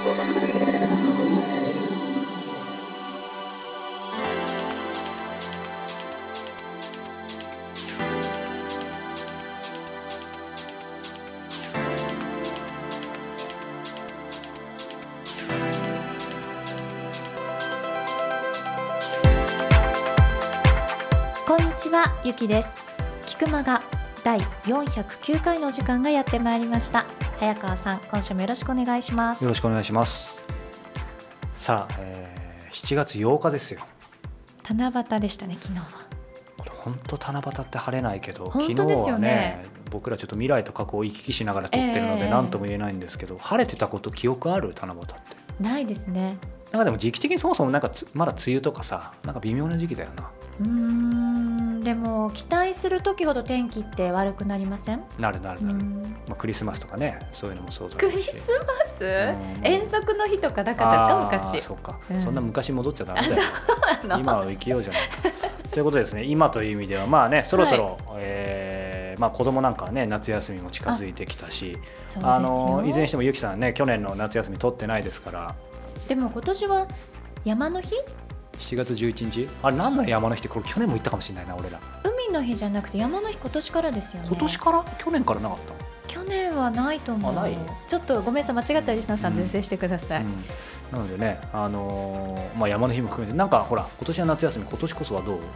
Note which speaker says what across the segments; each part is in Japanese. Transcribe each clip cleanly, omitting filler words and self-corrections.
Speaker 1: こんにちは、ゆきです。菊間が第409回のお時間がやってまいりました。早川さん、今週もよろしくお願いします。
Speaker 2: よろしくお願いします。さあ、7月8日ですよ。
Speaker 1: 七夕でしたね、昨日は。
Speaker 2: これ本当七夕って晴れないけど、
Speaker 1: 本当ですよね。
Speaker 2: 昨日はね、僕らちょっと未来と過去を行き来しながら撮ってるので何とも言えないんですけど、晴れてたこと記憶ある？七夕って
Speaker 1: ないですね。
Speaker 2: なんかでも時期的にそもそもなんかまだ梅雨とかさ、なんか微妙な時期だよな。
Speaker 1: でも期待する時ほど天気って悪くなりません？
Speaker 2: なる、クリスマスとかね、そういうのもそうだし。
Speaker 1: クリスマス？遠足の日とかだからですか？昔。
Speaker 2: そうか、そんな昔戻っちゃダメだよ。
Speaker 1: そうなの。
Speaker 2: 今は生きようじゃないということですね。今という意味ではまあね、そろそろ、まあ、子供なんかはね、夏休みも近づいてきたし、いずれにしてもゆきさんね、去年の夏休み取ってないですから。
Speaker 1: でも今年は山の日
Speaker 2: 7月11日、あれ何の山の日って、これ去年も言ったかもしれないな、俺ら。
Speaker 1: 海の日じゃなくて山の日、今年からですよね。
Speaker 2: 今年から？去年からなかった？
Speaker 1: 去年はないと思う。ない？ちょっとごめんなさい、間違ったらリスナーさん訂正してください。
Speaker 2: なのでね、まあ、山の日も含めてなんかほら、今年は夏休み、今年こそはどう？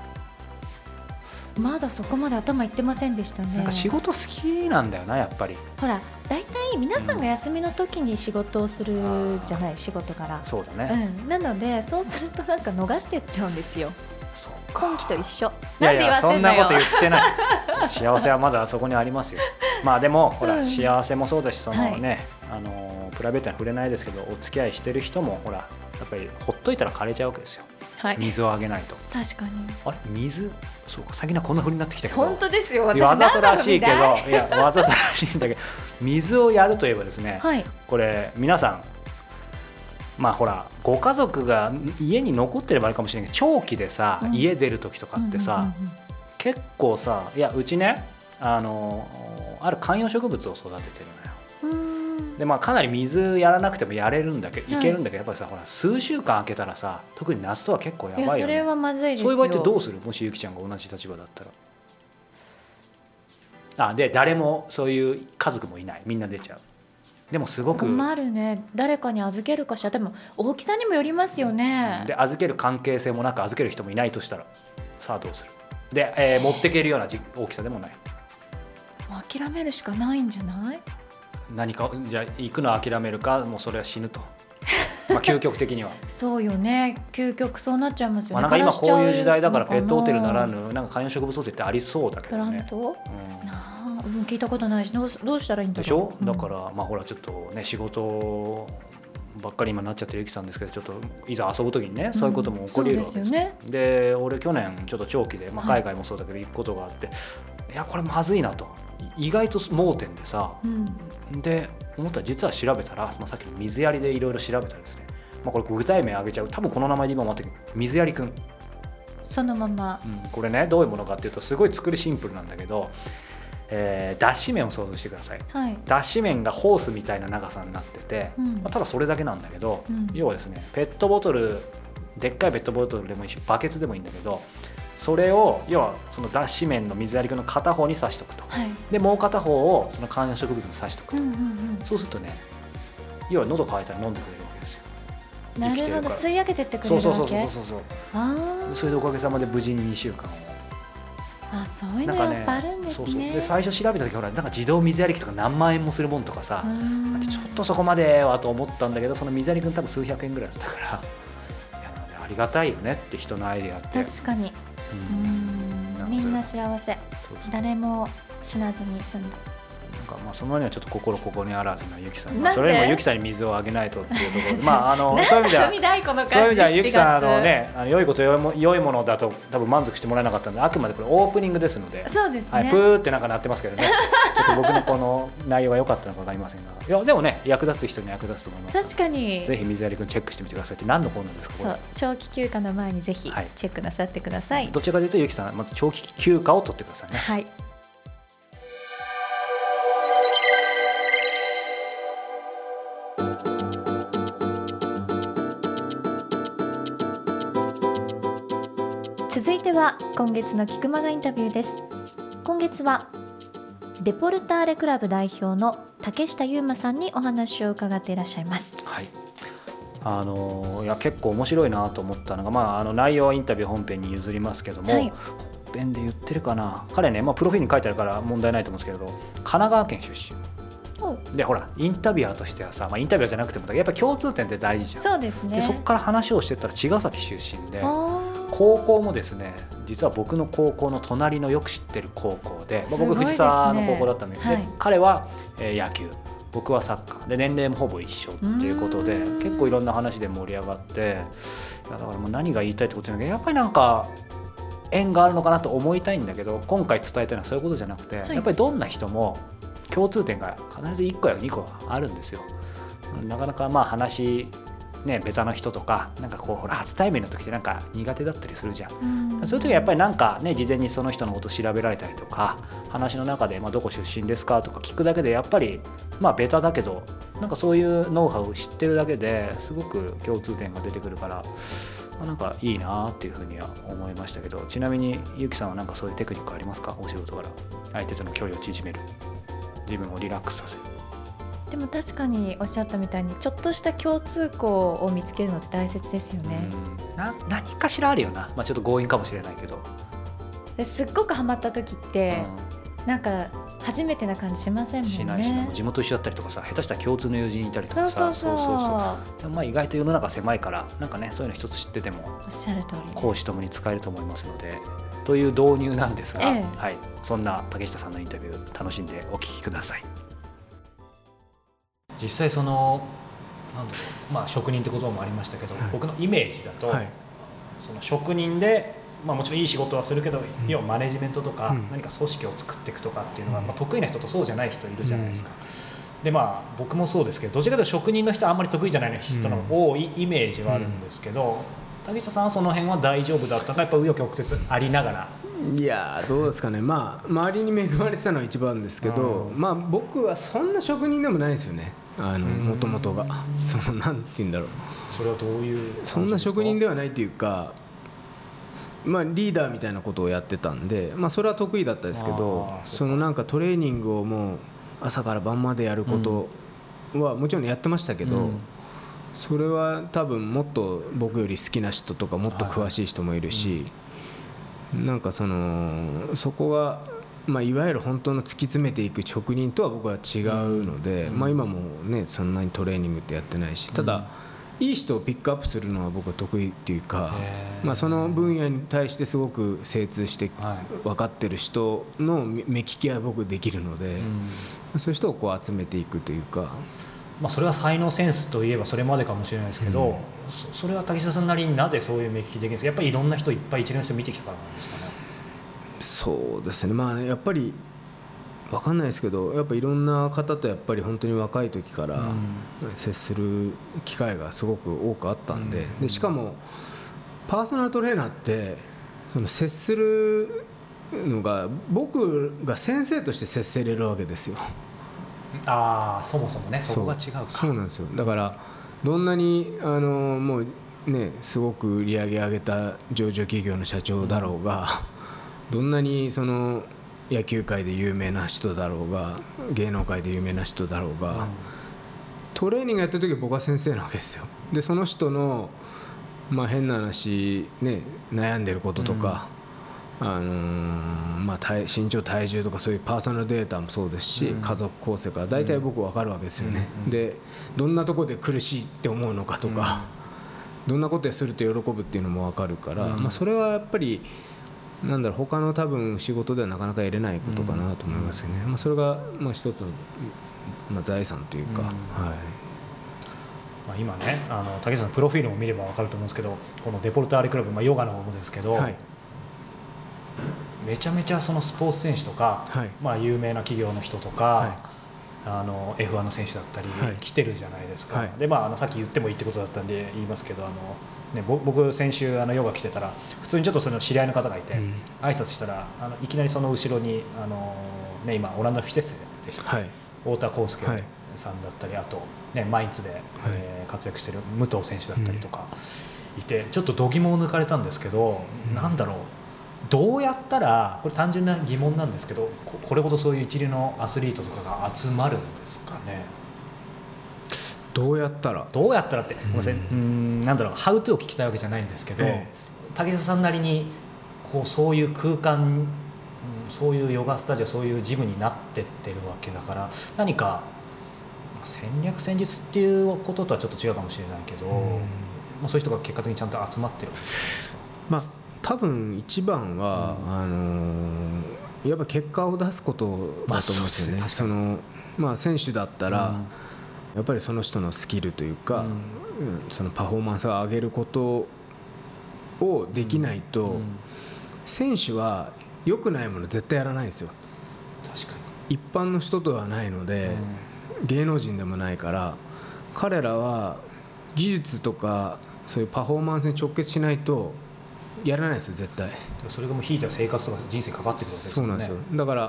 Speaker 1: まだそこまで頭いってませんでしたね。
Speaker 2: なんか仕事好きなんだよな、やっぱり。
Speaker 1: ほら、だいたい皆さんが休みの時に仕事をするじゃない、仕事から。
Speaker 2: そうだね、
Speaker 1: なのでそうするとなんか逃してっちゃうんですよ。
Speaker 2: そうか、
Speaker 1: 今期と一緒。
Speaker 2: いやいや、そんなこと言ってない幸せはまだそこにありますよ。まあでもほら、幸せもそうだし、そのね、プライベートに触れないですけど、お付き合いしてる人もほら、やっぱりほっといたら枯れちゃうわけですよ。水をあげないと。
Speaker 1: 確かに。
Speaker 2: あれ、水、そうか、先にはこんな風になってきたけど。
Speaker 1: 本当ですよ。私
Speaker 2: わざとらしいけど、いや、わざとらしいんだけど、水をやるといえばですね、これ皆さん、まあほら、ご家族が家に残ってればあれかもしれないけど、長期でさ、家出る時とかってさ、結構さ、いや、うちね、ある観葉植物を育ててるのよ。で、まあ、かなり水やらなくてもやれるんだけど、いけるんだけど、やっぱりさ、ほら、数週間空けたらさ、特に夏とは結構やばいよね。
Speaker 1: いや、それはまずいですよ。
Speaker 2: そういう場合ってどうする？もしゆきちゃんが同じ立場だったら。で、誰もそういう家族もいない、みんな出ちゃう。でもすごく
Speaker 1: 困るね。誰かに預けるかしら。でも大きさにもよりますよね。
Speaker 2: で、預ける関係性もなく預ける人もいないとしたら、さあどうする？で、持っていけるような大きさでもない。
Speaker 1: 諦めるしかないんじゃない？
Speaker 2: 何か、じゃあ行くのは諦めるか、もうそれは死ぬと。まあ究極的には
Speaker 1: そうよね、究極そうなっちゃいますよね。
Speaker 2: なんか今こういう時代だから、ペットホテルならぬなんか観葉植物ホテルってありそうだけどね。
Speaker 1: プラント、聞いたことないし、どうしたらいいんだろう。
Speaker 2: でしょ、だからまあほら、ちょっとね、仕事ばっかり今なっちゃってるゆきさんですけど、ちょっといざ遊ぶ時にね、そういうことも起こり得るわけですよ。で、俺去年ちょっと長期で、まあ、海外もそうだけど行くことがあって、いやこれまずいなと、意外と盲点でさ、で思ったら、実は調べたら、まあ、さっきの水やりでいろいろ調べたらですね、まあ、これ具体名挙げちゃう、多分この名前で今もあったけど、水やりくん、
Speaker 1: そのまま、
Speaker 2: これね、どういうものかっていうと、すごい作りシンプルなんだけど、脱脂綿を想像してください。脱脂綿がホースみたいな長さになってて、まあ、ただそれだけなんだけど、要はですね、ペットボトル、でっかいペットボトルでもいいし、バケツでもいいんだけど、それを要はその脱脂綿の水やりくんの片方に刺しておくと、でもう片方をその観葉植物に刺しておくと、そうするとね、要は喉乾いたら飲んでくれるわけですよ。
Speaker 1: なるほど、吸い上げてってくれるわけ。
Speaker 2: それでおかげさまで無事に2週間を。
Speaker 1: そういうのやっぱあるんですね。
Speaker 2: で、最初調べた時、ほら、なんか自動水やり機とか何万円もするもんとかさ、ちょっとそこまではと思ったんだけど、その水やりくん多分数百円ぐらいだったから、いや、なのでありがたいよねって、人のアイデアって。
Speaker 1: 確かに、みんな幸せ、誰も死なずに済んだ。
Speaker 2: なんかまあそのにはちょっと心ここにあらずなゆきさん、それにもゆきさんに水をあげないとっていうところで、まあそういう意味では、そういう意味ではゆきさんね、良いこと良いものだと多分満足してもらえなかったので、あくまでこれオープニングですので、
Speaker 1: そうですね、
Speaker 2: プーってなんか鳴ってますけどね、ちょっと僕のこの内容が良かったのか分かりませんが、いやでもね、役立つ人に役立つと思います。
Speaker 1: 確かに、
Speaker 2: ぜひ水やりくんチェックしてみてください。って何のコーナーですか？これ、
Speaker 1: 長期休暇の前にぜひチェックなさってください。
Speaker 2: どちらかというとゆきさん、まず長期休暇を取ってくださいね。
Speaker 1: はい。 続いては今月のキクマガインタビューです。今月はデポルターレクラブ代表の竹下優馬さんにお話を伺っていらっしゃいます。
Speaker 2: はい、いや結構面白いなと思ったのが、内容はインタビュー本編に譲りますけども、はい、本編で言ってるかな、彼ね、プロフィールに書いてあるから問題ないと思うんですけど、神奈川県出身で、ほらインタビュアーとしてはさ、インタビュアーじゃなくてもやっぱ共通点って大事じゃん。
Speaker 1: そうですね。
Speaker 2: でそこから話をしてったら茅ヶ崎出身で、高校もですね、実は僕の高校の隣のよく知ってる高校で、僕藤沢の高校だったんで、はい、で彼は、野球、僕はサッカーで、年齢もほぼ一緒っていうことで、結構いろんな話で盛り上がって、いやだからもう何が言いたいってことじゃなくて、やっぱりなんか縁があるのかなと思いたいんだけど、今回伝えたいのはそういうことじゃなくて、はい、やっぱりどんな人も共通点が必ず1個や2個はあるんですよ。なかなか話ね、ベタな人とか、なんかこうほら初対面の時ってなんか苦手だったりするじゃん。そういう時はやっぱりなんかね、事前にその人のことを調べられたりとか、話の中でどこ出身ですかとか聞くだけで、やっぱりベタだけどなんかそういうノウハウを知ってるだけですごく共通点が出てくるから、なんかいいなっていうふうには思いましたけど、ちなみにゆきさんはなんかそういうテクニックありますか？お仕事から相手との距離を縮める、自分をリラックスさせる。
Speaker 1: でも確かにおっしゃったみたいに、ちょっとした共通項を見つけるのって大切ですよね。
Speaker 2: 何かしらあるよな、ちょっと強引かもしれないけど、
Speaker 1: すっごくハマった時って、なんか初めてな感じしませんもんね。
Speaker 2: しないし、地元一緒だったりとかさ、下手したら共通の友人いたりとかさ、でも意外と世の中狭いから、なんかね、そういうの一つ知ってても
Speaker 1: おっしゃる通り
Speaker 2: 講師ともに使えると思いますので、という導入なんですが、はい、そんな竹下さんのインタビュー楽しんでお聞きください。実際そのなんだろう、職人って言葉もありましたけど、僕のイメージだと、その職人で、もちろんいい仕事はするけど、要はマネジメントとか、何か組織を作っていくとかっていうのが、得意な人とそうじゃない人いるじゃないですか。で僕もそうですけど、どちらかというと職人の人はあんまり得意じゃない人の多いイメージはあるんですけど、竹下さんはその辺は大丈夫だったか、やっぱ紆余曲折ありながら。
Speaker 3: いやどうですかね、周りに恵まれてたのは一番ですけど、僕はそんな職人でもないですよね。もともとがなんて言うんだろう、
Speaker 2: それはどういう
Speaker 3: そんな職人ではないというか、リーダーみたいなことをやってたんで、それは得意だったですけど、なんかトレーニングをもう朝から晩までやることはもちろんやってましたけど、それは多分もっと僕より好きな人とかもっと詳しい人もいるし、なんかそこがいわゆる本当の突き詰めていく職人とは僕は違うので、今もねそんなにトレーニングってやってないし、ただいい人をピックアップするのは僕は得意っていうか、その分野に対してすごく精通して分かってる人の目利きは僕できるので、そういう人をこう集めていくというか、
Speaker 2: それは才能センスといえばそれまでかもしれないですけど、それは竹下さんなりになぜそういう目利きできるんですか？やっぱりいろんな人いっぱい一流の人見てきたからなんですかね。
Speaker 3: そうですね、やっぱり分かんないですけど、やっぱいろんな方とやっぱり本当に若い時から接する機会がすごく多くあったんで、しかもパーソナルトレーナーって接するのが僕が先生として接せれるわけですよ。
Speaker 2: そもそもね、そこが違うか。
Speaker 3: そうなんですよ。だからどんなにもうねすごく売り上げ上げた上場企業の社長だろうが、どんなに野球界で有名な人だろうが芸能界で有名な人だろうが、トレーニングやってる時は僕は先生なわけですよ。でその人の変な話ね、悩んでることとか、身長体重とかそういうパーソナルデータもそうですし、家族構成から大体僕分かるわけですよね。でどんなところで苦しいって思うのかとか、どんなことですると喜ぶっていうのも分かるから、それはやっぱり他の多分仕事ではなかなか得れないことかなと思いますよね。それが一つの財産というか、
Speaker 2: 今ね竹下さんのプロフィールも見れば分かると思うんですけど、このデポルターレクラブ、ヨガの方もですけど、めちゃめちゃそのスポーツ選手とか、有名な企業の人とか、F1 の選手だったり来てるじゃないですか。でさっき言ってもいいってことだったんで言いますけど、僕先週ヨガ来てたら普通にちょっとその知り合いの方がいて、挨拶したらいきなりその後ろに今オランダのフィテッセでした、太田康介さんだったり、あとマインツで活躍してる武藤選手だったりとかいて、ちょっと度肝を抜かれたんですけど、なんだろう、 どうやったら、これ単純な疑問なんですけど、これほどそういう一流のアスリートとかが集まるんですかね。
Speaker 3: どうやったらって、
Speaker 2: ごめんなさい、なんだろう、ハウトゥーを聞きたいわけじゃないんですけど、竹下さんなりにそういう空間、そういうヨガスタジオ、そういうジムになってってるわけだから、何か戦略戦術っていうこととはちょっと違うかもしれないけど、そういう人が結果的にちゃんと集まってるわけですか。
Speaker 3: 多分一番は、やっぱ結果を出すことだと思うんですよね。選手だったら、やっぱりその人のスキルというか、そのパフォーマンスを上げることをできないと、選手は良くないもの絶対やらないんですよ。
Speaker 2: 確か
Speaker 3: に一般の人とはないので、芸能人でもないから、彼らは技術とかそういうパフォーマンスに直結しないとやらないですよ絶対。
Speaker 2: それがもうひいては生活とか人生かかってるわけですよね。
Speaker 3: そうなんですよ。だから、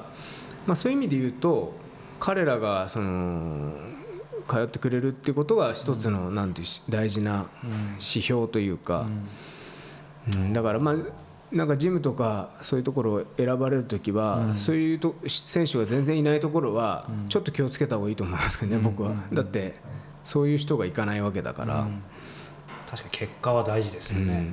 Speaker 3: そういう意味で言うと、彼らが通ってくれるっていうことが一つのなんて大事な指標というか、だからなんかジムとかそういうところを選ばれるときは、そういう選手が全然いないところはちょっと気をつけた方がいいと思いますけどね、僕は。だってそういう人が行かないわけだから。
Speaker 2: 確かに結果は大事ですよね。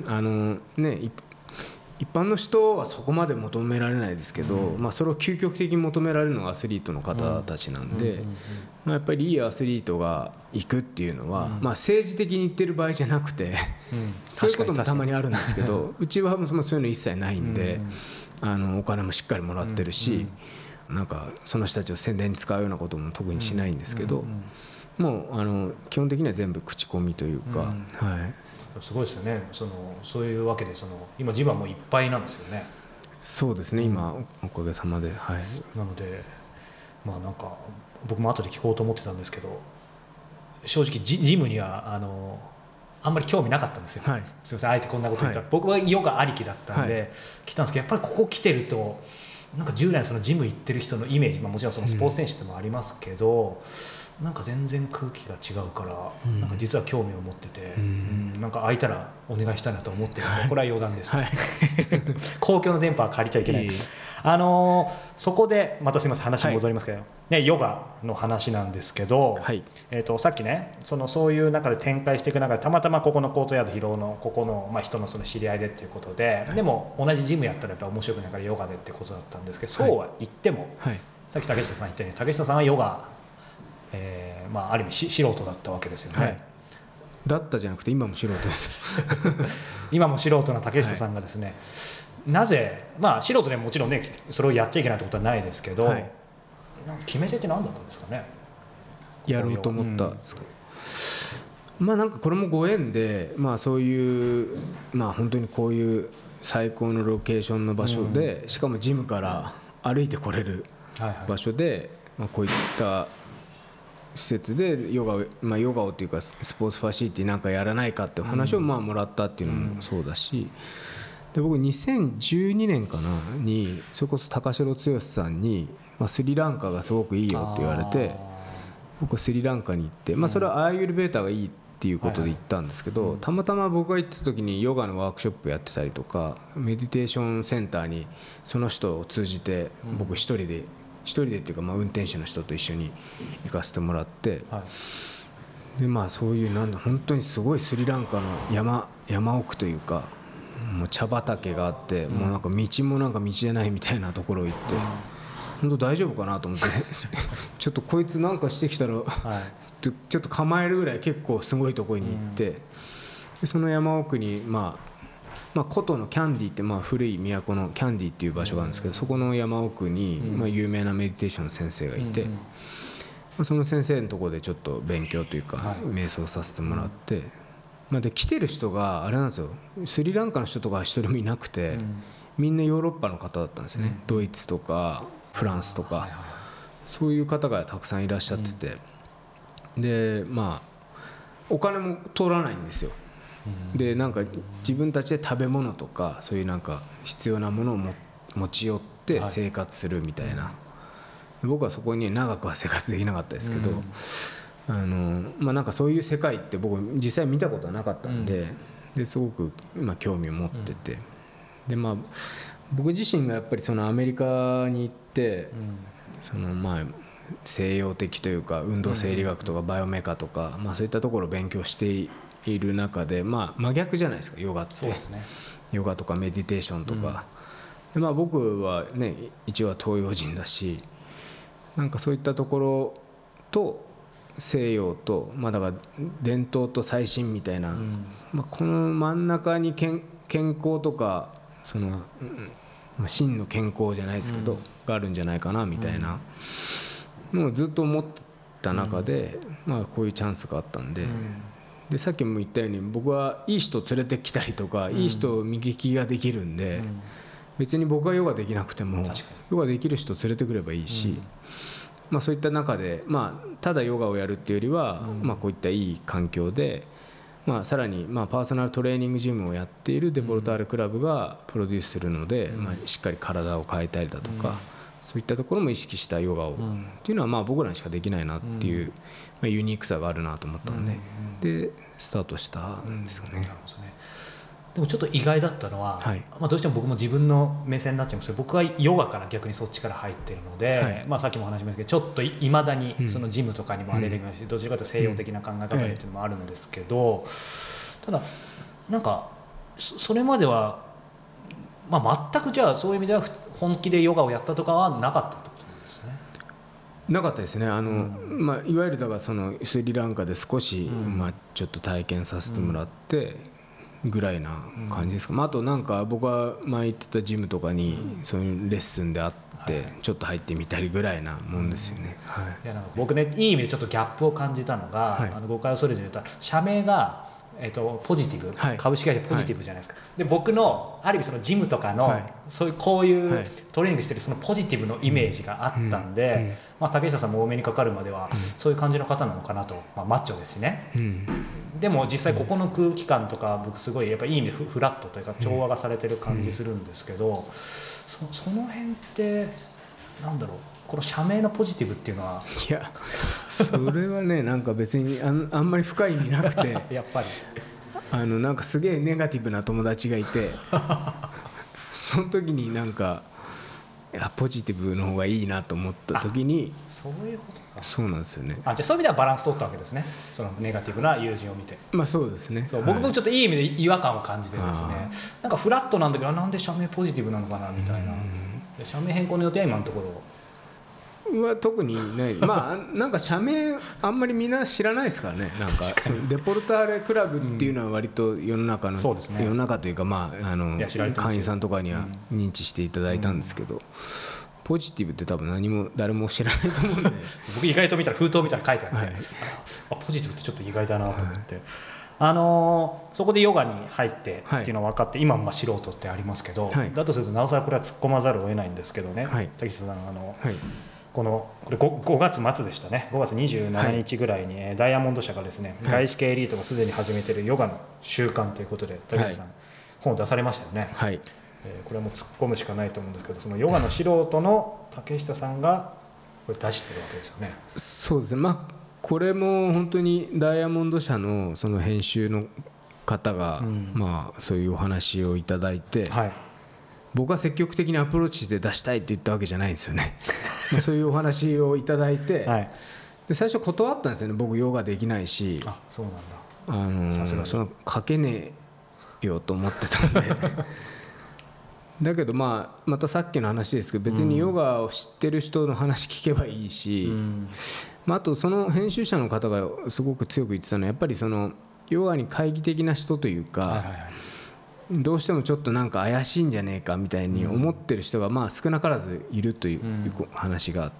Speaker 3: 一般の人はそこまで求められないですけど、それを究極的に求められるのがアスリートの方たちなんで、やっぱりいいアスリートが行くっていうのは、政治的に言ってる場合じゃなくて、そういうこともたまにあるんですけど、うちはそういうの一切ないんで、お金もしっかりもらってるし、なんかその人たちを宣伝に使うようなことも特にしないんですけど、もう基本的には全部口コミというか、
Speaker 2: すごいですよね。そういうわけで今ジムはもういっぱいなんですよね。
Speaker 3: そうですね、今おかげさまで。
Speaker 2: なのでなんか僕も後で聞こうと思ってたんですけど、正直ジムにはあんまり興味なかったんですよ。すいません、あえてこんなこと言ったら、僕はヨガありきだったんで来たんですけど、やっぱりここ来てるとなんか従来のジム行ってる人のイメージ、もちろんスポーツ選手でもありますけど、なんか全然空気が違うから、なんか実は興味を持ってて、なんか空いたらお願いしたいなと思ってるんですよ。これは余談です。公共の電波は借りちゃいけない。そこでまたすみません、話戻りますけど、ヨガの話なんですけど、さっきね、そういう中で展開していく中で、たまたまここのコートヤード広尾のここの、人の知り合いでっていうことで、でも同じジムやったらやっぱ面白くないからヨガでってことだったんですけど、そうは言っても、さっき竹下さん言ったように、竹下さんはヨガある意味素人だったわけですよね。
Speaker 3: だったじゃなくて今も素人です
Speaker 2: 今も素人な竹下さんがですね、なぜ素人でももちろんね、それをやっちゃいけないってことはないですけど、決め手って何だったんですかね。
Speaker 3: やろうと思ったんですか。なんかこれもご縁で、そういう本当にこういう最高のロケーションの場所で、しかもジムから歩いてこれる場所で、こういった施設でヨガをというかスポーツファシリティなんかやらないかっていう話をもらったっていうのもそうだし、で僕2012年かなにそれこそ高城剛さんに、スリランカがすごくいいよって言われて、僕はスリランカに行って、それはアーユルベータがいいっていうことで行ったんですけど、たまたま僕が行った時にヨガのワークショップやってたりとか、メディテーションセンターにその人を通じて僕一人でっていうか、運転手の人と一緒に行かせてもらって、でそういう本当にすごいスリランカの山奥というか、もう茶畑があって、もうなんか道もなんか道じゃないみたいなところ行って、本当大丈夫かなと思ってちょっとこいつなんかしてきたら、ちょっと構えるぐらい結構すごいところに行って、でその山奥に古都のキャンディって、古い都のキャンディっていう場所があるんですけど、そこの山奥に、有名なメディテーションの先生がいて、その先生のところでちょっと勉強というか、瞑想させてもらって、で来てる人があれなんですよ、スリランカの人とか一人もいなくて、みんなヨーロッパの方だったんですね。ドイツとかフランスとか、そういう方がたくさんいらっしゃってて、でお金も取らないんですよ。でなんか自分たちで食べ物とかそういうなんか必要なものを持ち寄って生活するみたいな、僕はそこに長くは生活できなかったですけど、なんかそういう世界って僕実際見たことはなかったんで、ですごく興味を持ってて、で僕自身がやっぱりそのアメリカに行って、そのまあ西洋的というか運動生理学とかバイオメカとか、まあそういったところを勉強している中で、まあ真逆じゃないですかヨガって。
Speaker 2: そうですね。
Speaker 3: ヨガとかメディテーションとか、でまあ僕はね一応は東洋人だし、なんかそういったところと西洋と、まあだから伝統と最新みたいな、まあこの真ん中に健康とかその真の健康じゃないですけど、があるんじゃないかなみたいなのをずっと思った中で、まあこういうチャンスがあったんで、でさっきも言ったように僕はいい人連れてきたりとか、いい人を見聞きができるんで、別に僕はヨガできなくてもヨガできる人連れてくればいいし、まあそういった中で、まあただヨガをやるっていうよりは、まあこういったいい環境で、まあさらにまあパーソナルトレーニングジムをやっているデポルターレクラブがプロデュースするので、まあしっかり体を変えたりだとか、そういったところも意識したヨガをっていうのはまあ僕らにしかできないなっていう、まあユニークさがあるなと思ったので、でスタートしたんですよね。
Speaker 2: でもちょっと意外だったのは、まあどうしても僕も自分の目線になっちゃいますけど、僕はヨガから逆にそっちから入ってるので、まあさっきも話しましたけど、ちょっといまだにそのジムとかにもアレルギーがあるし、どちらかというと西洋的な考え方っていうのもあるんですけど、ただなんかそれまでは、まあ全くじゃあそういう意味では本気でヨガをやったとかはなかったってことなんですね。
Speaker 3: なかったですね。まあいわゆるだからそのスリランカで少しまあちょっと体験させてもらってぐらいな感じですか。まああとなんか僕は前行ってたジムとかにそういうレッスンであってちょっと入ってみたりぐらいなもんですよね。
Speaker 2: いやなんか僕ね、いい意味でちょっとギャップを感じたのが、誤解を恐れずに言うと社名がポジティブ、株式会社ポジティブじゃないですか。で僕のある意味そのジムとかの、そういうこういうトレーニングしてるそのポジティブのイメージがあったんで、まあ竹下さんも多めにかかるまではそういう感じの方なのかなと、まあ、マッチョですしね、でも実際ここの空気感とか僕すごいやっぱいい意味でフラットというか調和がされてる感じするんですけど、その辺ってなんだろう、この社名のポジティブっていうのは。
Speaker 3: いやそれはねなんか別にあんまり深い意味なくて
Speaker 2: やっぱり
Speaker 3: なんかすげえネガティブな友達がいてその時になんかポジティブの方がいいなと思った時に、
Speaker 2: そういうことか。
Speaker 3: そうなんですよね。
Speaker 2: じゃあそういう意味ではバランス取ったわけですね、そのネガティブな友人を見て。
Speaker 3: まあそうですね。
Speaker 2: 僕もちょっといい意味で違和感を感じてですね、なんかフラットなんだけどなんで社名ポジティブなのかなみたいな。社名変更の予定は今のところ
Speaker 3: は特にない。まあなんか社名あんまりみんな知らないですからね。なんかそのデポルターレクラブっていうのは割と世の中の、世の中というかまあ会員さんとかには認知していただいたんですけど、ポジティブって多分何も誰も知らないと思うんで
Speaker 2: 僕意外と見たら封筒見たら書いてあって、ポジティブってちょっと意外だなと思って、そこでヨガに入ってっていうのは分かって、今もまあ素人ってありますけど、だとするとなおさらこれは突っ込まざるを得ないんですけどね、竹下さんこれ 5月末でしたね、5月27日ぐらいにダイヤモンド社がですね、外資系エリートがすでに始めているヨガの習慣ということで竹下さん、本を出されましたよね。これはもう突っ込むしかないと思うんですけど、そのヨガの素人の竹下さんがこれ出してるわけですよね。
Speaker 3: そうですね。まあこれも本当にダイヤモンド社のその編集の方がまあそういうお話をいただいて、僕は積極的にアプローチして出したいって言ったわけじゃないんですよねそういうお話をいただいて、で最初断ったんですよね。僕ヨガできないし、
Speaker 2: そうなんだ、
Speaker 3: その書けねえよと思ってたんでだけどまたさっきの話ですけど、別にヨガを知ってる人の話聞けばいいし、あとその編集者の方がすごく強く言ってたのは、やっぱりそのヨガに懐疑的な人というか、どうしてもちょっとなんか怪しいんじゃねえかみたいに思ってる人がまあ少なからずいるという話があって、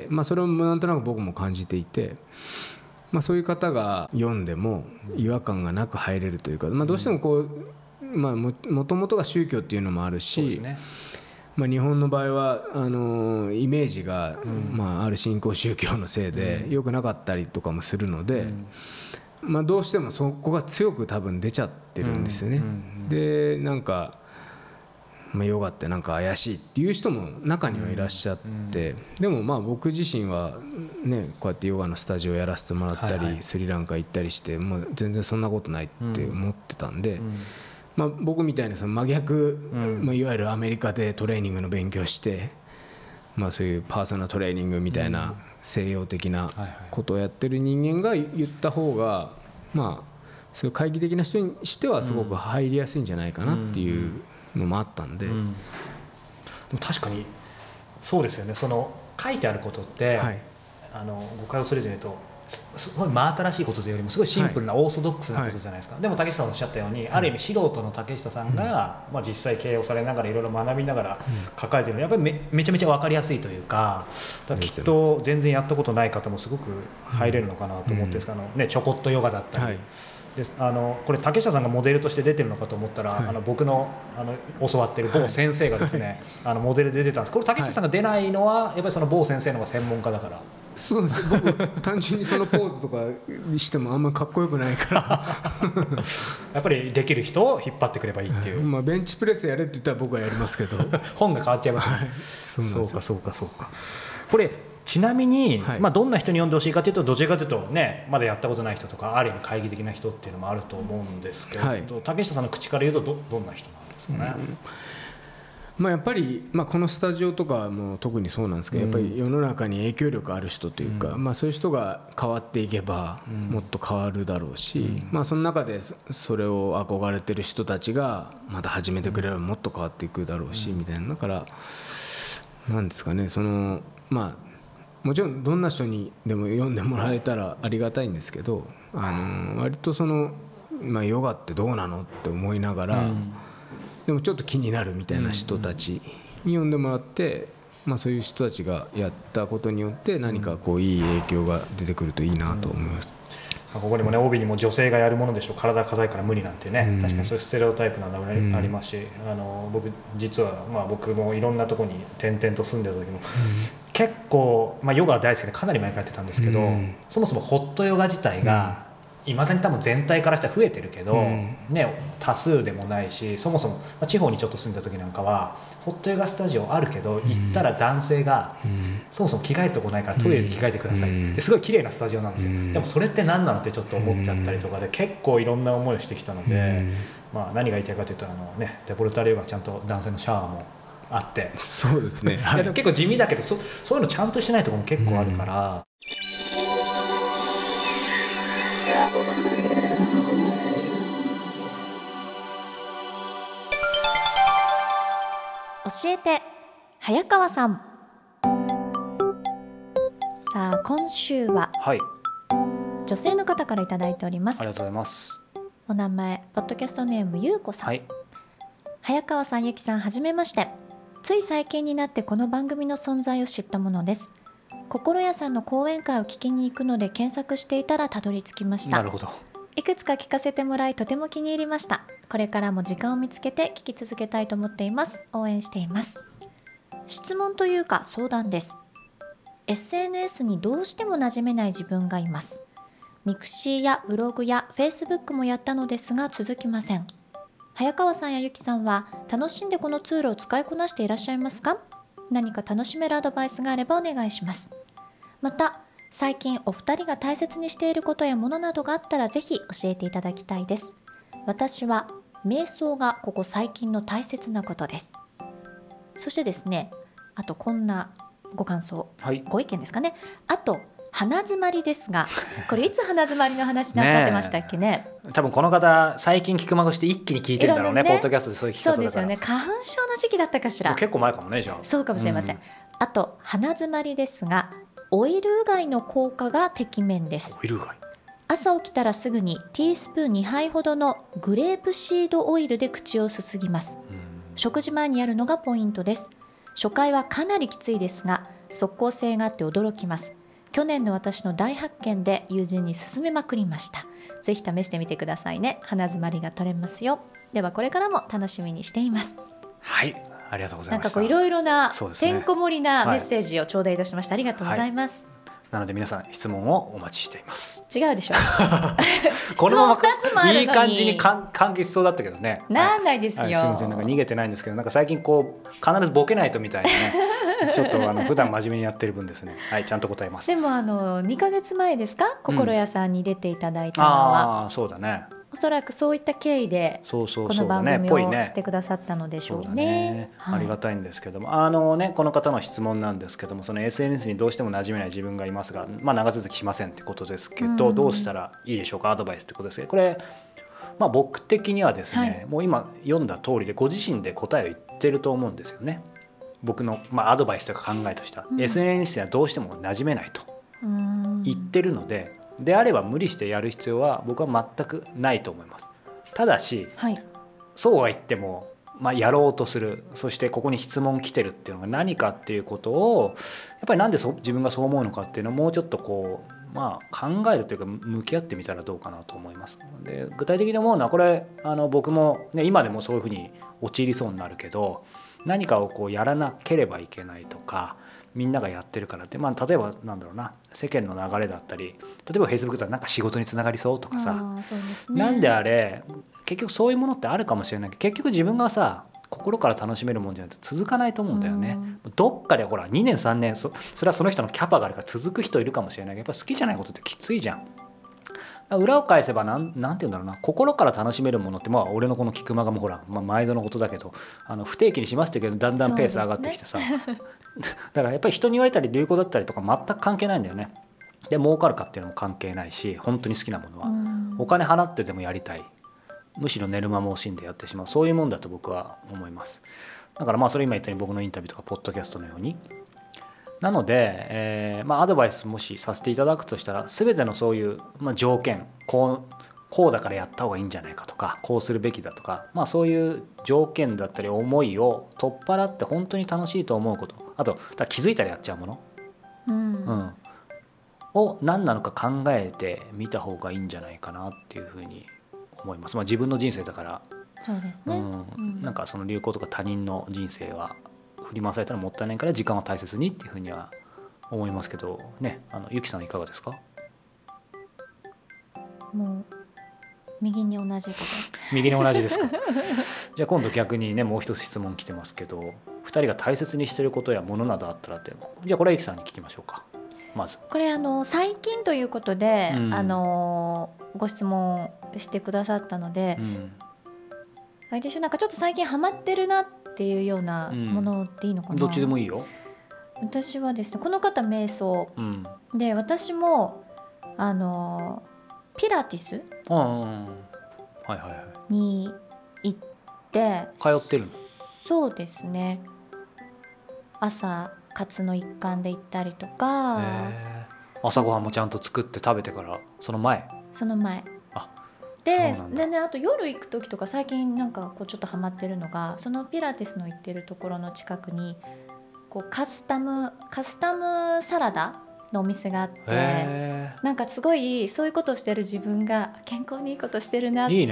Speaker 3: それをなんとなく僕も感じていて、そういう方が読んでも違和感がなく入れるというか、どうしてもこうもともとが宗教っていうのもあるし、日本の場合はイメージがある新興宗教のせいで良くなかったりとかもするので、どうしてもそこが強く多分出ちゃってるんですよね。でなんかヨガってなんか怪しいっていう人も中にはいらっしゃって、でも僕自身はねこうやってヨガのスタジオやらせてもらったり、スリランカ行ったりしてもう全然そんなことないって思ってたんで、 僕みたいなその真逆、いわゆるアメリカでトレーニングの勉強して、そういうパーソナルトレーニングみたいな西洋的なことをやってる人間が言った方がそういう懐疑的な人にしてはすごく入りやすいんじゃないかなっていうのもあったんで、でも
Speaker 2: 確かにそうですよね。その書いてあることって、誤解を恐れずに言うとすごい真新しいことというよりもすごいシンプルなオーソドックスなことじゃないですか。でも竹下さんおっしゃったように、ある意味素人の竹下さんが、実際経営をされながらいろいろ学びながら書かれているのはやっぱりめちゃめちゃ分かりやすいというか、きっと全然やったことない方もすごく入れるのかなと思ってるんですが、ちょこっとヨガだったり。でこれ竹下さんがモデルとして出てるのかと思ったら、僕の教わってる某先生がですね、モデルで出てたんです。これ竹下さんが出ないのはやっぱりその某先生のが専門家だから。
Speaker 3: そうです。僕単純にそのポーズとかしてもあんまりかっこよくないから
Speaker 2: やっぱりできる人を引っ張ってくればいいっていう、
Speaker 3: ベンチプレスやれって言ったら僕はやりますけど
Speaker 2: 本が変わっちゃいますね。そうかこれちなみに、どんな人に読んでほしいかというと、どちらかというとね、まだやったことない人とかある意味懐疑的な人っていうのもあると思うんですけど、竹下さんの口から言うとどんな人なんですかね。
Speaker 3: やっぱり、このスタジオとかも特にそうなんですけど、やっぱり世の中に影響力ある人というか、そういう人が変わっていけばもっと変わるだろうし、その中でそれを憧れてる人たちがまた始めてくれればもっと変わっていくだろうし、みたいな。だからなんですかね、もちろんどんな人にでも読んでもらえたらありがたいんですけど、割とヨガってどうなのって思いながら、でもちょっと気になるみたいな人たちに読んでもらって、そういう人たちがやったことによって何かいい影響が出てくるといいなと思います。
Speaker 2: ここにもね、帯にも女性がやるものでしょう、体硬いから無理なんてね、確かにそういうステレオタイプなのがありますし、僕実は僕もいろんなところに転々と住んでた時も、結構、ヨガは大好きでかなり前からやってたんですけど、そもそもホットヨガ自体がいまだに多分全体からしたら増えてるけど、多数でもないし、そもそも、地方にちょっと住んだ時なんかはホットヨガスタジオあるけど、行ったら男性が、そもそも着替えるとこないからトイレで着替えてください、ですごい綺麗なスタジオなんですよ、でもそれって何なのってちょっと思っちゃったりとかで、結構いろんな思いをしてきたので、何が言いたいかというとデポルターレヨガちゃんと男性のシャワーもあって、
Speaker 3: そうですね、
Speaker 2: でも結構地味だけどそういうのちゃんとしてないところも結構あるから、
Speaker 1: 教えて早川さん。さあ今週は、女性の方からいただいております。
Speaker 2: ありがとうございます。
Speaker 1: お名前ポッドキャストネームゆうこさん、早川さん、ゆきさん、はじめまして。つい最近になってこの番組の存在を知ったものです。心屋さんの講演会を聞きに行くので検索していたらたどり着きました。
Speaker 2: なるほど。
Speaker 1: いくつか聞かせてもらいとても気に入りました。これからも時間を見つけて聞き続けたいと思っています。応援しています。質問というか相談です。 SNS にどうしても馴染めない自分がいます。ミクシーやブログやフェイスブックもやったのですが続きません。早川さんやゆきさんは楽しんでこのツールを使いこなしていらっしゃいますか？何か楽しめるアドバイスがあればお願いします。また最近お二人が大切にしていることやものなどがあったらぜひ教えていただきたいです。私は瞑想がここ最近の大切なことです。そしてですね、あとこんなご感想、ご意見ですかね。あと鼻詰まりですが、これいつ鼻詰まりの話なさってましたっけね。
Speaker 2: 多分この方最近聞くまごして一気に聞いてるんだろうね、ポッドキャストでそういう聞き方だから。そうですよね、花粉症の時期だったかしら。 結構前かもね、じゃあ。
Speaker 1: そうかもしれません。あと鼻詰まりですが、オイルうがいの効果がてきめんです。
Speaker 2: オイルうがい。
Speaker 1: 朝起きたらすぐにティースプーン2杯ほどのグレープシードオイルで口をすすぎます。食事前にやるのがポイントです。初回はかなりきついですが即効性があって驚きます。去年の私の大発見で友人に勧めまくりました。ぜひ試してみてくださいね。鼻詰まりが取れますよ。ではこれからも楽しみにしています。
Speaker 2: はい、ありがとうございました。
Speaker 1: なんかいろいろなてんこ盛りなメッセージを頂戴いたしました。ありがとうございます。
Speaker 2: なので皆さん質問をお待ちしています。
Speaker 1: 違うでしょ
Speaker 2: このままいい感じに完結しそうだったけどね。
Speaker 1: なんないですよ、
Speaker 2: すみません、なんか逃げてないんですけど、なんか最近こう必ずボケないとみたいなねちょっと普段真面目にやってる分ですね、はい、ちゃんと答えます。
Speaker 1: でも2ヶ月前ですか、心屋さんに出ていただいたのは、
Speaker 2: そうだね。
Speaker 1: おそらくそういった経緯でこの番組をしてくださったのでしょうね。
Speaker 2: ありがたいんですけども、この方の質問なんですけども、その SNS にどうしても馴染めない自分がいますが、長続きしませんってことですけど、どうしたらいいでしょうか、アドバイスってことですけど、これ僕的にはですね、もう今読んだ通りでご自身で答えを言ってると思うんですよね。僕のアドバイスというか考えとしては、SNS にはどうしても馴染めないと言ってるので、であれば無理してやる必要は僕は全くないと思います。ただし、そうは言っても、やろうとする、そしてここに質問来てるっていうのが何かっていうことをやっぱりなんで自分がそう思うのかっていうのをもうちょっと考えるというか向き合ってみたらどうかなと思います。で具体的に思うのはこれ僕も、今でもそういうふうに陥りそうになるけど、何かをやらなければいけないとか、みんながやってるからって、例えば世間の流れだったり、例えば Facebook だと仕事につながりそうとかさ、なんであれ結局そういうものってあるかもしれないけど、結局自分がさ心から楽しめるもんじゃないと続かないと思うんだよね。どっかでほら2年3年 それはその人のキャパがあるから続く人いるかもしれないけど、やっぱ好きじゃないことってきついじゃん。裏を返せばなんて言うんだろうな、心から楽しめるものって、俺のこの菊間がもうほら、毎度のことだけど不定期にしますって言うけどだんだんペース上がってきてさ、だからやっぱり人に言われたり流行だったりとか全く関係ないんだよね。で儲かるかっていうのも関係ないし、本当に好きなものはお金払ってでもやりたい、むしろ寝る間も惜しんでやってしまう、そういうもんだと僕は思います。だからそれ今言ったように僕のインタビューとかポッドキャストのようになので、アドバイスもしさせていただくとしたら、全てのそういう、条件こうだからやった方がいいんじゃないかとか、こうするべきだとか、そういう条件だったり思いを取っ払って本当に楽しいと思うこと、あと気づいたらやっちゃうもの、を何なのか考えてみた方がいいんじゃないかなっていうふうに思います。自分の人生だから、
Speaker 1: そうですね、
Speaker 2: その流行とか他人の人生は振り回されたらもったいないから時間は大切にっていうふうには思いますけどね。ゆきさんいかがですか？
Speaker 1: もう右に同じこと
Speaker 2: 右に同じですか？じゃあ今度逆にね、もう一つ質問来てますけど、2人が大切にしていることやものなどあったらって、じゃあこれはゆきさんに聞きましょうか。まず
Speaker 1: これ最近ということで、ご質問してくださったので、あれでしょ、ちょっと最近ハマってるなっていうようなものっていいのかな。
Speaker 2: どっちでもいいよ。
Speaker 1: 私はですね、この方瞑想、で私もピラティスに行って
Speaker 2: 通ってるの？
Speaker 1: そうですね、朝活の一環で行ったりとか、
Speaker 2: 朝ごはんもちゃんと作って食べてから、その前
Speaker 1: であと夜行く時とか最近ちょっとハマってるのが、そのピラティスの行ってるところの近くにカスタムサラダのお店があって、すごいそういうことをしてる自分が健康にいいことしてるなっていう、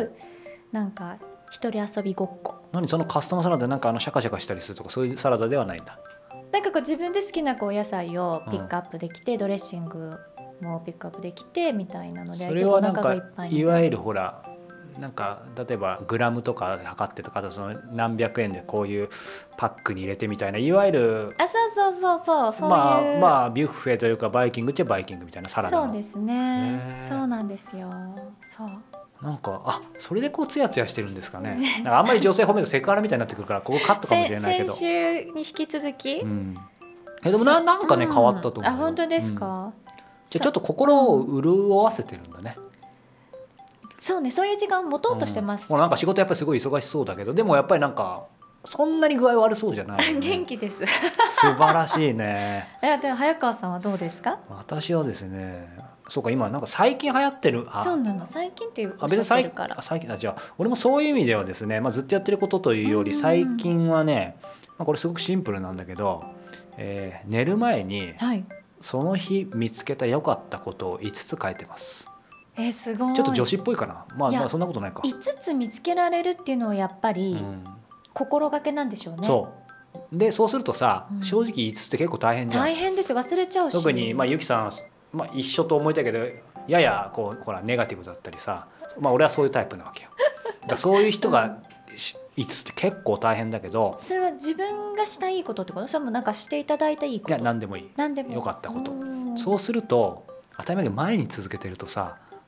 Speaker 1: 一人遊びごっこ。
Speaker 2: 何そのカスタムサラダでシャカシャカしたりするとか、そういうサラダではないんだ。
Speaker 1: 自分で好きなお野菜をピックアップできて、ドレッシングもピックアップできてみたいなので、
Speaker 2: それはいわゆるほら例えばグラムとか測ってとか、その何百円でこういうパックに入れてみたいな、いわゆる
Speaker 1: そういう
Speaker 2: ビュッフェというかバイキングっちゃバイキングみたいなサラダの。
Speaker 1: そうですね、そうなんですよ。そう
Speaker 2: それでツヤツヤしてるんですかね。あんまり女性褒めるとセクハラみたいになってくるから、ここカットかもしれないけど、
Speaker 1: 先週に引き続き、
Speaker 2: でも変わったと思う。
Speaker 1: 本当ですか？
Speaker 2: じゃあちょっと心を潤わせてるんだね。
Speaker 1: そうね、そういう時間を持とうとしてます。
Speaker 2: 仕事やっぱりすごい忙しそうだけど、でもやっぱりそんなに具合悪そうじゃない、
Speaker 1: 元気です。
Speaker 2: 素晴らしいね。
Speaker 1: でも早川さんはどうですか？
Speaker 2: 私はですね、そうか、今最近流行ってる。
Speaker 1: そうなの、最近っていうおっしゃってるから。
Speaker 2: 最近じゃあ俺もそういう意味ではですね、ずっとやってることというより、最近はね、これすごくシンプルなんだけど、寝る前に、その日見つけた良かったことを5つ書いてます。
Speaker 1: すごい。
Speaker 2: ちょっと女子っぽいかな。そんなことないか。
Speaker 1: 5つ見つけられるっていうのはやっぱり心がけなんでしょうね。
Speaker 2: そうで、そうするとさ、正直5つって結構大変じゃん。
Speaker 1: 大変ですよ、忘れちゃうし。
Speaker 2: 特にゆきさん、一緒と思いたいけど、ややほらネガティブだったりさ、俺はそういうタイプなわけよ。だそういう人が5つって結構大変だけど、
Speaker 1: それは自分がしたいいことってこと？それもしていただいたいいこと？
Speaker 2: いや、何でもいい。
Speaker 1: 何でも
Speaker 2: 良かったこと。そうすると当たり前で前に続けてるとさ、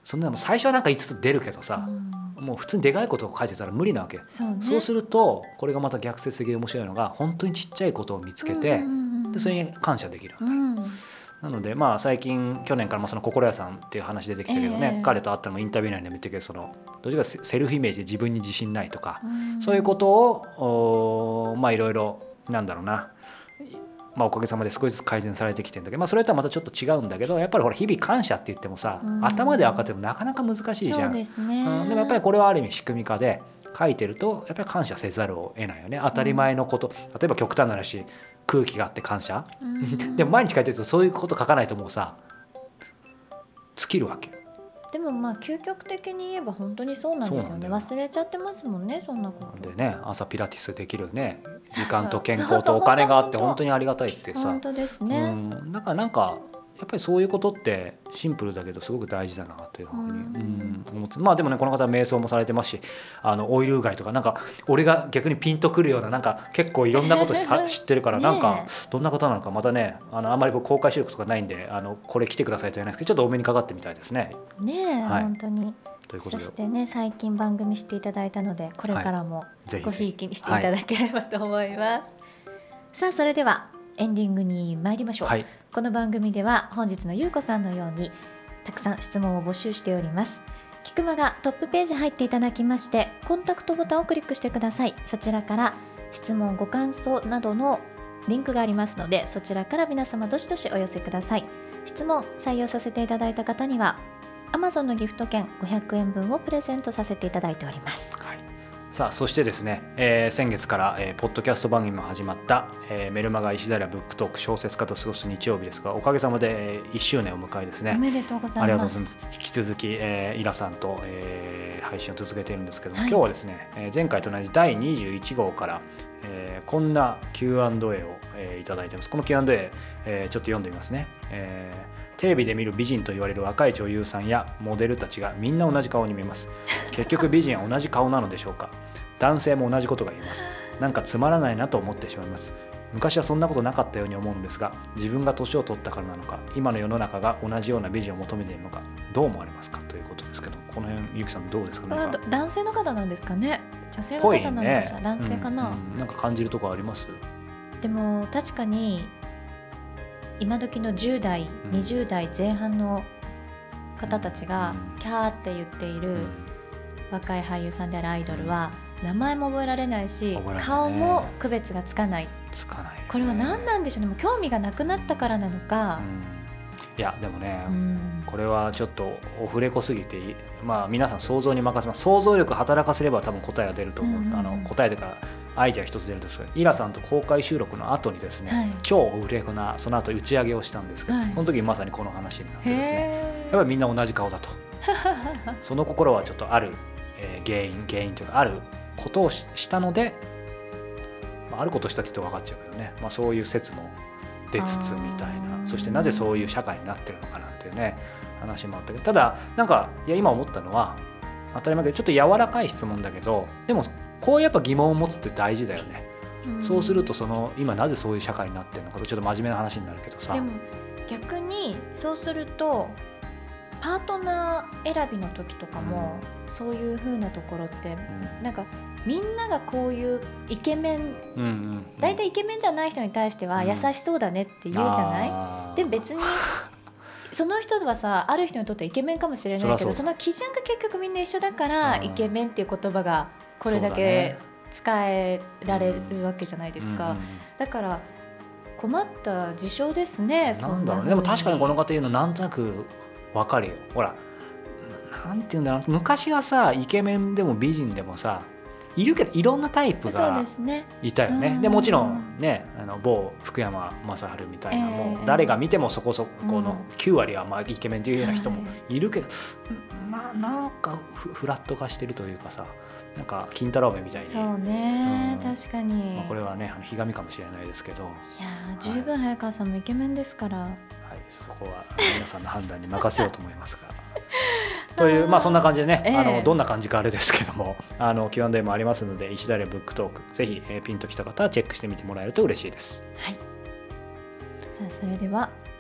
Speaker 2: そんなの最初はなんか5つ出るけどさ、もう普通にでかいことを書いてたら無理なわけ。そうするとこれがまた逆説的で面白いのが、本当にちっちゃいことを見つけて、でそれに感謝できるんだ、なのでまあ最近去年からその心屋さんっていう話出てきたけどね、彼と会ったのもインタビュー内でも言ったけど、そのどっちかセルフイメージで自分に自信ないとか、そういうことをまあいろいろなんだろうな、まあ、おかげさまで少しずつ改善されてきてるんだけど、まあ、それとはまたちょっと違うんだけど、やっぱりほら日々感謝って言ってもさ、頭で分かってもなかなか難しいじゃん。
Speaker 1: そうですね。
Speaker 2: でもやっぱりこれはある意味仕組み化で書いてるとやっぱり感謝せざるを得ないよね。当たり前のこと、例えば極端な話空気があって感謝でも毎日書いてるとそういうこと書かないともうさ尽きるわけ。
Speaker 1: でもまあ究極的に言えば本当にそうなんですよね。忘れちゃってますもんね、そんなこと。
Speaker 2: でね、朝ピラティスできるね、時間と健康とお金があって本当にありがたいってさ。
Speaker 1: 本当ですね。
Speaker 2: だからなんかやっぱりそういうことってシンプルだけどすごく大事だなというふうに思って、まあでもねこの方は瞑想もされてますし、オイルうがいとかなんか俺が逆にピンとくるようななんか結構いろんなこと知ってるからなんかどんなことなのかまたね、あんまり僕公開収録とかないんでこれ来てくださいと言わないですけど、ちょっと多めにかかってみたいですね。
Speaker 1: ねえ、はい、本当に。
Speaker 2: ということで、
Speaker 1: そしてね最近番組していただいたのでこれからもごひいきにしていただければと思います。さあそれではエンディングに参りましょう。この番組では本日のゆうこさんのようにたくさん質問を募集しております。キクマがトップページ入っていただきましてコンタクトボタンをクリックしてください。そちらから質問ご感想などのリンクがありますので、そちらから皆様どしどしお寄せください。質問採用させていただいた方には Amazon のギフト券500円分をプレゼントさせていただいております。
Speaker 2: さあそしてですね、先月から、ポッドキャスト番組も始まった、メルマガ石平ブックトーク小説家と過ごす日曜日ですが、おかげさまで、1周年を迎えですね。
Speaker 1: おめでとうございます。
Speaker 2: ありがとうございます。引き続き、イラさんと、配信を続けているんですけども、今日はですね、前回と同じ第21号から、こんな Q&A を、いただいています。この Q&A、ちょっと読んでみますね。テレビで見る美人と言われる若い女優さんやモデルたちがみんな同じ顔に見えます。結局美人は同じ顔なのでしょうか。男性も同じことが言えます。なんかつまらないなと思ってしまいます。昔はそんなことなかったように思うんですが、自分が年を取ったからなのか、今の世の中が同じような美人を求めているのか、どう思われますかということですけど、この辺ゆきさんどうですかね。
Speaker 1: 男性の方なんですかね。女性の方なのかしら、男性かな、
Speaker 2: なんか感じるところあります？
Speaker 1: でも確かに今時の10代、20代前半の方たちがキャーって言っている若い俳優さんであるアイドルは名前も覚えられないし、顔も区別がつかない。これは何なんでしょうね。もう興味がなくなったからなのか。
Speaker 2: いやでもね、これはちょっとオフレコすぎて、まあ皆さん想像に任せます。想像力働かせれば多分答えが出ると思う。答えというかアイデア一つ出るんですが、イラさんと公開収録の後にですね、超オフレコなその後打ち上げをしたんですけど、その時にまさにこの話になってですね、やっぱりみんな同じ顔だとその心はちょっとある、原因というかあることをしたので、あることをしたって言って分かっちゃうけどね、そういう説も出つつみたいな、そしてなぜそういう社会になってるのかなんていうね話もあったけど、ただなんか今思ったのは当たり前だけどちょっと柔らかい質問だけど、でもこうやっぱ疑問を持つって大事だよね。そうすると今なぜそういう社会になってるのかとちょっと真面目な話になるけどさ、
Speaker 1: でも逆にそうするとパートナー選びの時とかも、そういう風なところって、なんかみんながこういうイケメン、だいたいイケメンじゃない人に対しては優しそうだねって言うじゃない。で別にその人はさ、ある人にとってはイケメンかもしれないけど、その基準が結局みんな一緒だから、イケメンっていう言葉がこれだけ使えられるわけじゃないですか。だから困った事象ですね。
Speaker 2: なんだろうね。でも確かにこの方言うのなんとなくわかるよ。ほら、なんていうんだろう、昔はさイケメンでも美人でもさいるけどいろんなタイプがいたよね。でもちろんね、某福山雅治みたいな、もう誰が見てもそこそこの9割はイケメンというような人もいるけど、なんかフラット化してるというかさ、なんか金太郎飴みたいに。
Speaker 1: そうね、確かに。
Speaker 2: これはねひがみかもしれないですけど、い
Speaker 1: や十分早川さんもイケメンですから、
Speaker 2: そこは皆さんの判断に任せようと思いますがというそんな感じでね、どんな感じかあれですけども、Q&A もありますので、石平ブックトークぜひ、ピンときた方はチェックしてみてもらえると嬉しいです。
Speaker 1: はい。さあそれでは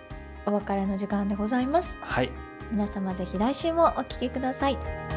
Speaker 1: お別れの時間でございます。
Speaker 2: はい、
Speaker 1: 皆様ぜひ来週もお聞きください。